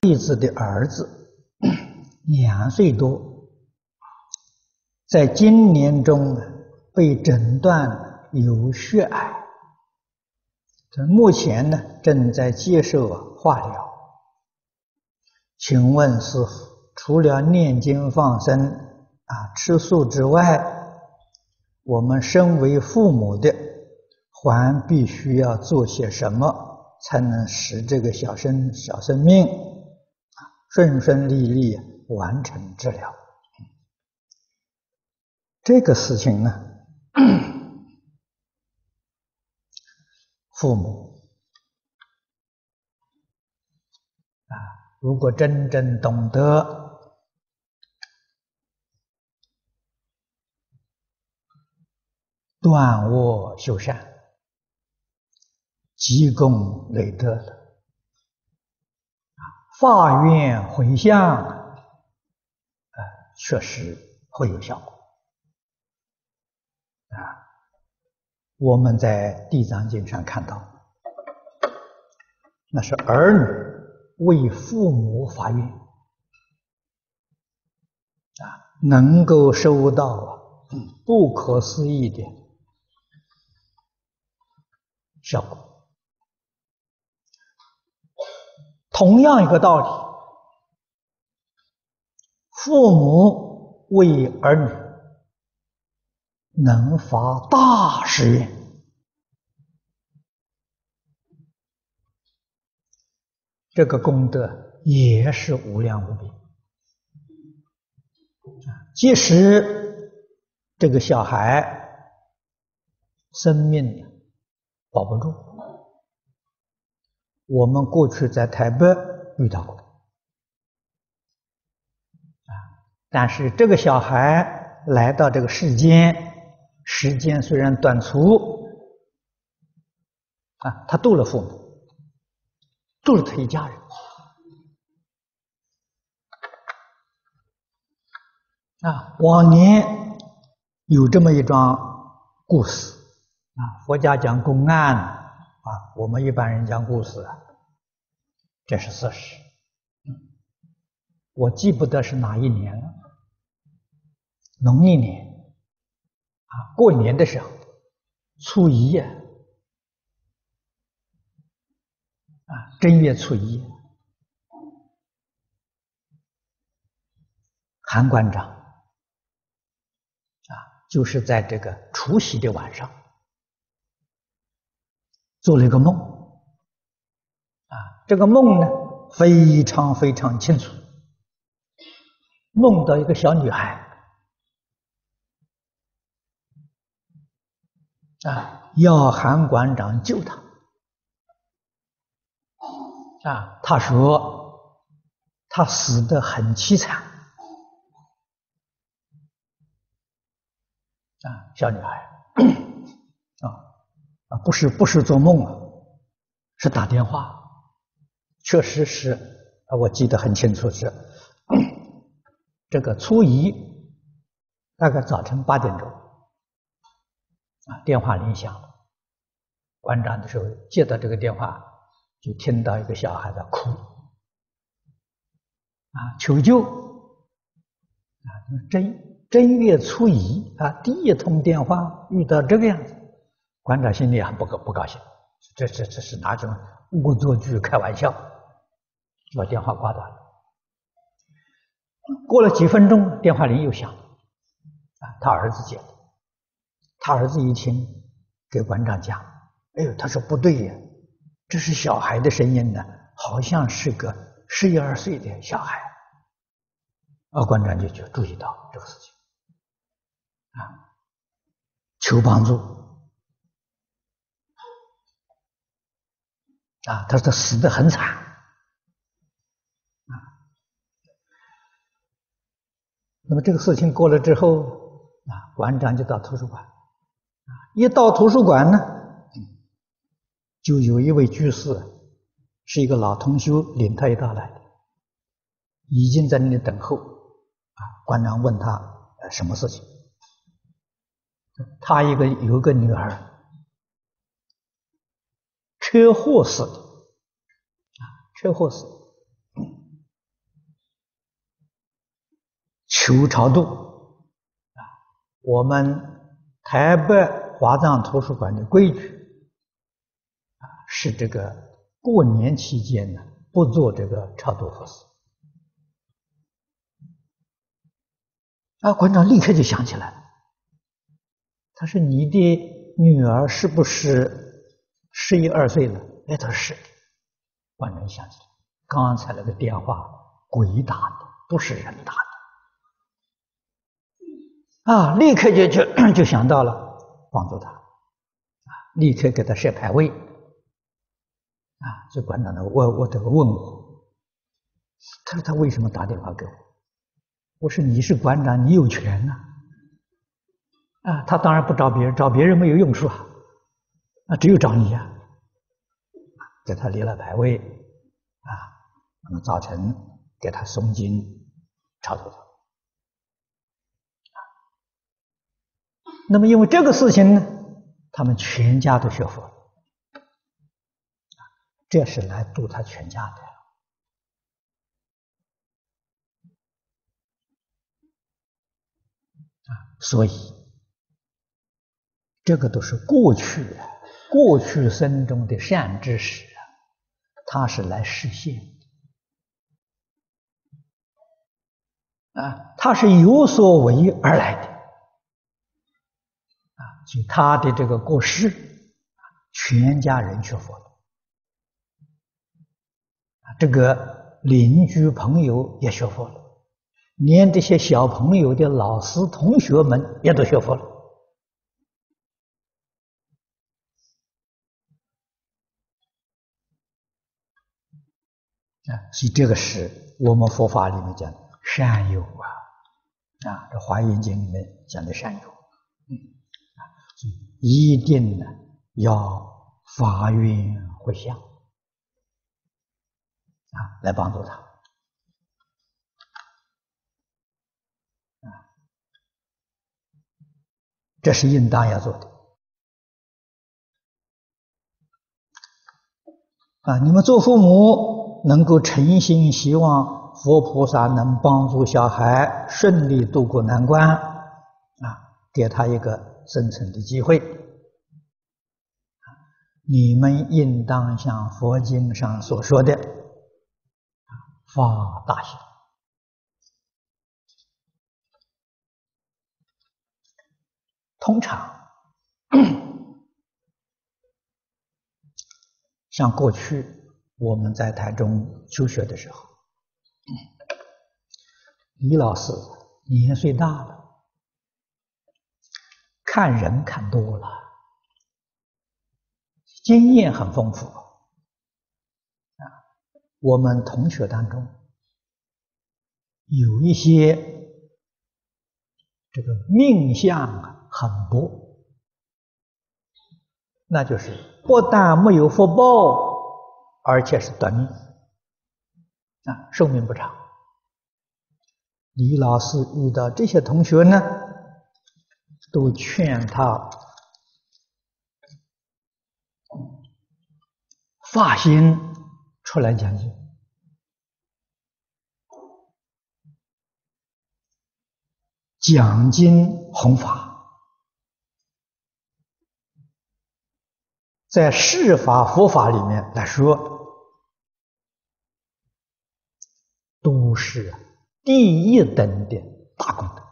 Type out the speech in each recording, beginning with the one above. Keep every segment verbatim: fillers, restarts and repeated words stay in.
弟子的儿子两岁多，在今年中被诊断有血癌，目前呢正在接受化疗。请问师父，除了念经放生啊吃素之外，我们身为父母的，还必须要做些什么，才能使这个小生小生命顺顺利利完成治疗？这个事情呢，父母啊，如果真正懂得断恶修善、积功累德的，发愿回向，啊，确实会有效果。啊，我们在《地藏经》上看到，那是儿女为父母发愿，啊，能够收到啊不可思议的效果。同样一个道理，父母为儿女能发大誓愿，这个功德也是无量无边。即使这个小孩生命保不住，我们过去在台北遇到过，啊，但是这个小孩来到这个世间，时间虽然短促，啊，他度了父母，度了他一家人，啊，往年有这么一桩故事，啊，佛家讲公案，啊，我们一般人讲故事啊，这是事实。我记不得是哪一年了，农历年啊，过年的时候，初一呀，啊，正月初一，韩馆长啊，就是在这个除夕的晚上，做了一个梦，啊，这个梦呢非常非常清楚，梦到一个小女孩，啊，要韩馆长救她，啊，他说她死得很凄惨，啊，小女孩，啊啊，不是不是做梦啊，是打电话。确实是，我记得很清楚是这个初一，大概早晨八点钟，啊，电话铃响了。馆长的时候接到这个电话，就听到一个小孩在哭，啊，求救，啊，正正月初一啊，第一通电话遇到这个样子，馆长心里很不高不高兴，这这这是哪种恶作剧开玩笑？就把电话挂断了。过了几分钟，电话铃又响了，啊，他儿子接的。他儿子一听，给馆长讲：“哎呦，他说不对呀，这是小孩的声音呢，好像是个十一二岁的小孩。”啊，馆长就就注意到这个事情，啊，求帮助。啊，他说他死得很惨。那么这个事情过了之后，啊，馆长就到图书馆，啊，一到图书馆呢，就有一位居士，是一个老同修，领他一道来的，已经在那里等候，啊，馆长问他呃什么事情，他一个有个女儿，车祸死的，啊，车祸死， 求超度啊。我们台北华藏图书馆的规矩啊，是这个过年期间呢，不做这个超度佛事。啊，馆长立刻就想起来了，他说：“你的女儿是不是十一二岁了？”哎，他说是。馆长想起来，刚才那个电话鬼打的，不是人打的。啊，立刻就就就想到了帮助他，啊，立刻给他设牌位。啊，这馆长呢，我我这个问我，他说他为什么打电话给我？我说你是馆长，你有权呐。啊，他当然不找别人，找别人没有用处啊，啊，只有找你呀。给他立了牌位，啊，那么早晨给他诵经超度他。那么因为这个事情呢，他们全家都学佛了，这是来度他全家的。啊，所以这个都是过去啊，过去生中的善知识啊，它是来实现的啊，它是有所为而来的啊，所以他的这个过世，全家人学佛了啊，这个邻居朋友也学佛了，连这些小朋友的老师同学们也都学佛了。啊，所以这个是我们佛法里面讲的善友啊，啊，这《华严经》里面讲的善友，嗯，啊，所以一定呢要发愿回向，啊，来帮助他，啊，这是应当要做的。啊，你们做父母能够诚心希望佛菩萨能帮助小孩顺利度过难关，啊，给他一个生存的机会。你们应当像佛经上所说的，发大心。通常像过去我们在台中求学的时候，李老师年岁大了，看人看多了，经验很丰富啊。我们同学当中有一些这个命相啊很薄，那就是不但没有福报，而且是短命啊，寿命不长。李老师遇到这些同学呢，都劝他发心出来讲经，讲经弘法，在释法佛法里面来说，都是第一等的大功德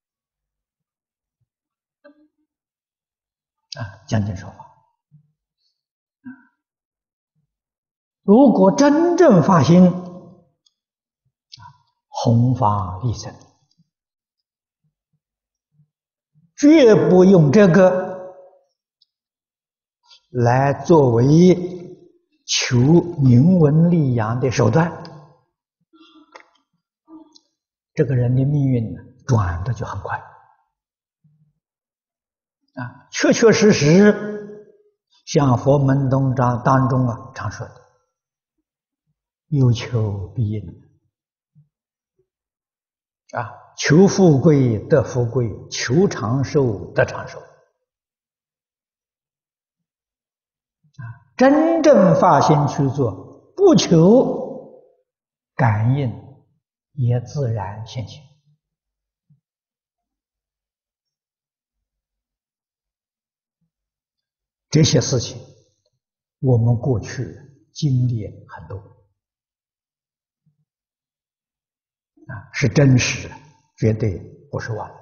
啊！讲经说法，如果真正发心啊，弘法利生，绝不用这个来作为求名闻利养的手段，这个人的命运呢，转的就很快啊！确确实实，像佛门东章当中啊常说的，有求必应啊，求富贵得富贵，求长寿得长寿啊！真正发心去做，不求感应，也自然现前这些事情我们过去经历很多啊，是真实的，绝对不是妄。